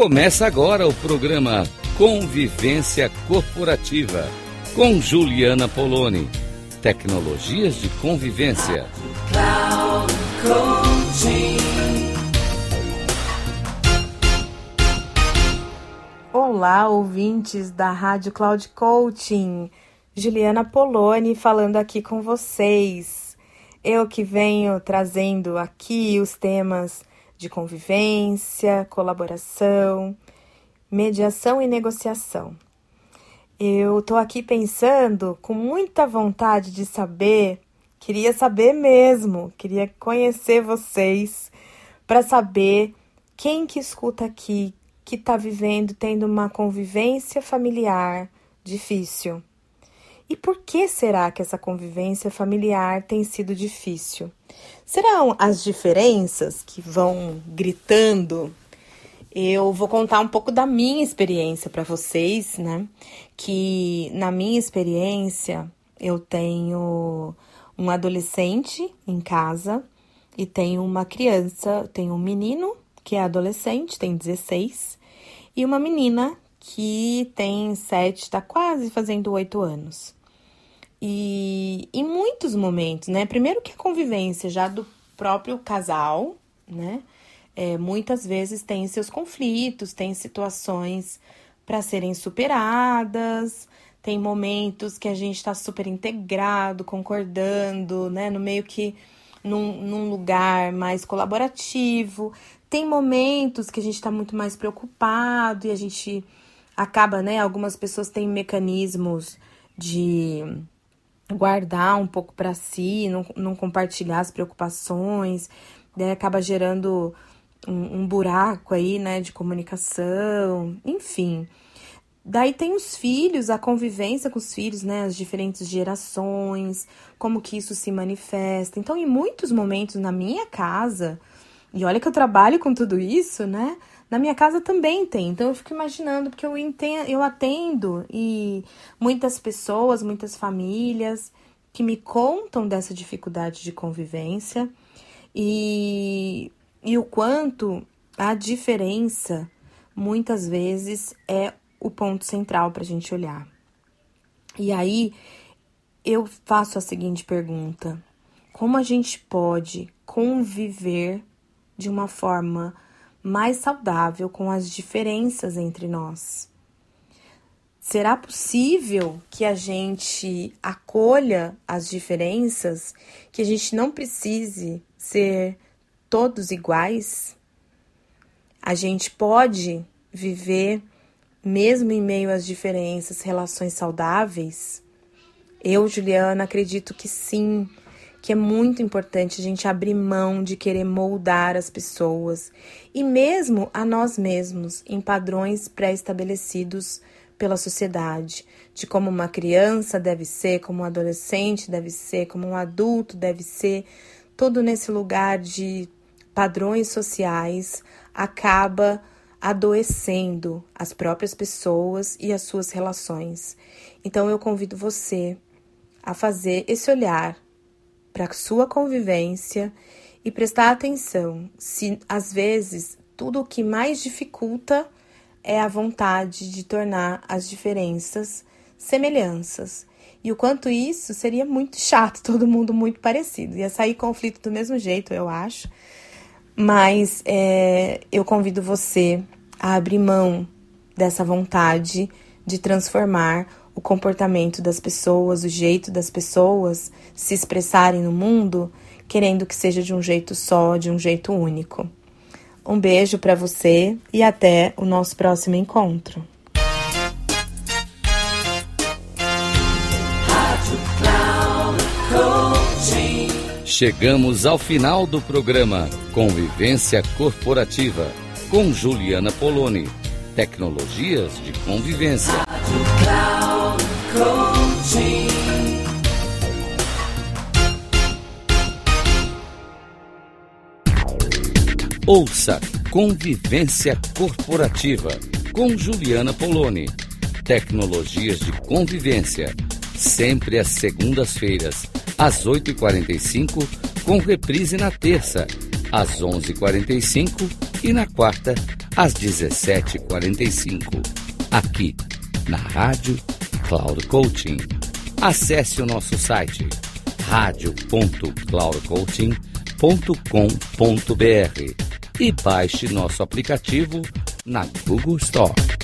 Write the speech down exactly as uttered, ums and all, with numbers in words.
Começa agora o programa Convivência Corporativa com Juliana Poloni. Tecnologias de convivência. Olá, ouvintes da Rádio Cloud Coaching. Juliana Poloni falando aqui com vocês. Eu que venho trazendo aqui os temas de convivência, colaboração, mediação e negociação. Eu estou aqui pensando com muita vontade de saber, queria saber mesmo, queria conhecer vocês para saber quem que escuta aqui, que está vivendo, tendo uma convivência familiar difícil. E por que será que essa convivência familiar tem sido difícil? Serão as diferenças que vão gritando? Eu vou contar um pouco da minha experiência para vocês, né? Que na minha experiência eu tenho um adolescente em casa e tenho uma criança, tenho um menino que é adolescente, tem dezesseis, e uma menina que tem sete, está quase fazendo oito anos. E em muitos momentos, né? Primeiro que a convivência já do próprio casal, né? É, muitas vezes tem seus conflitos, tem situações para serem superadas, tem momentos que a gente está super integrado, concordando, né? No meio que num, num lugar mais colaborativo. Tem momentos que a gente está muito mais preocupado e a gente acaba, né? Algumas pessoas têm mecanismos de guardar um pouco para si, não, não compartilhar as preocupações, daí acaba gerando um, um buraco aí, né, de comunicação, enfim. Daí tem os filhos, a convivência com os filhos, né, as diferentes gerações, como que isso se manifesta. Então, em muitos momentos na minha casa, e olha que eu trabalho com tudo isso, né, na minha casa também tem, então eu fico imaginando, porque eu, entendo, eu atendo e muitas pessoas, muitas famílias que me contam dessa dificuldade de convivência e, e o quanto a diferença muitas vezes é o ponto central para a gente olhar. E aí eu faço a seguinte pergunta: como a gente pode conviver de uma forma mais saudável com as diferenças entre nós? Será possível que a gente acolha as diferenças, que a gente não precise ser todos iguais? A gente pode viver, mesmo em meio às diferenças, relações saudáveis? Eu, Juliana, acredito que sim, que é muito importante a gente abrir mão de querer moldar as pessoas e mesmo a nós mesmos em padrões pré-estabelecidos pela sociedade, de como uma criança deve ser, como um adolescente deve ser, como um adulto deve ser. Todo nesse lugar de padrões sociais acaba adoecendo as próprias pessoas e as suas relações. Então eu convido você a fazer esse olhar para a sua convivência e prestar atenção se, às vezes, tudo o que mais dificulta é a vontade de tornar as diferenças semelhanças. E o quanto isso seria muito chato, todo mundo muito parecido. Ia sair conflito do mesmo jeito, eu acho. Mas é, eu convido você a abrir mão dessa vontade de transformar o comportamento das pessoas, o jeito das pessoas se expressarem no mundo, querendo que seja de um jeito só, de um jeito único. Um beijo para você e até o nosso próximo encontro. Chegamos ao final do programa Convivência Corporativa com Juliana Poloni. Tecnologias de convivência. Ouça Convivência Corporativa com Juliana Poloni. Tecnologias de convivência. Sempre às segundas-feiras, às oito e quarenta e cinco, com reprise na terça, às onze e quarenta e cinco e na quarta, às dezessete e quarenta e cinco, aqui na Rádio Cloud Coaching. Acesse o nosso site radio ponto cloud coaching ponto com ponto br e baixe nosso aplicativo na Google Store.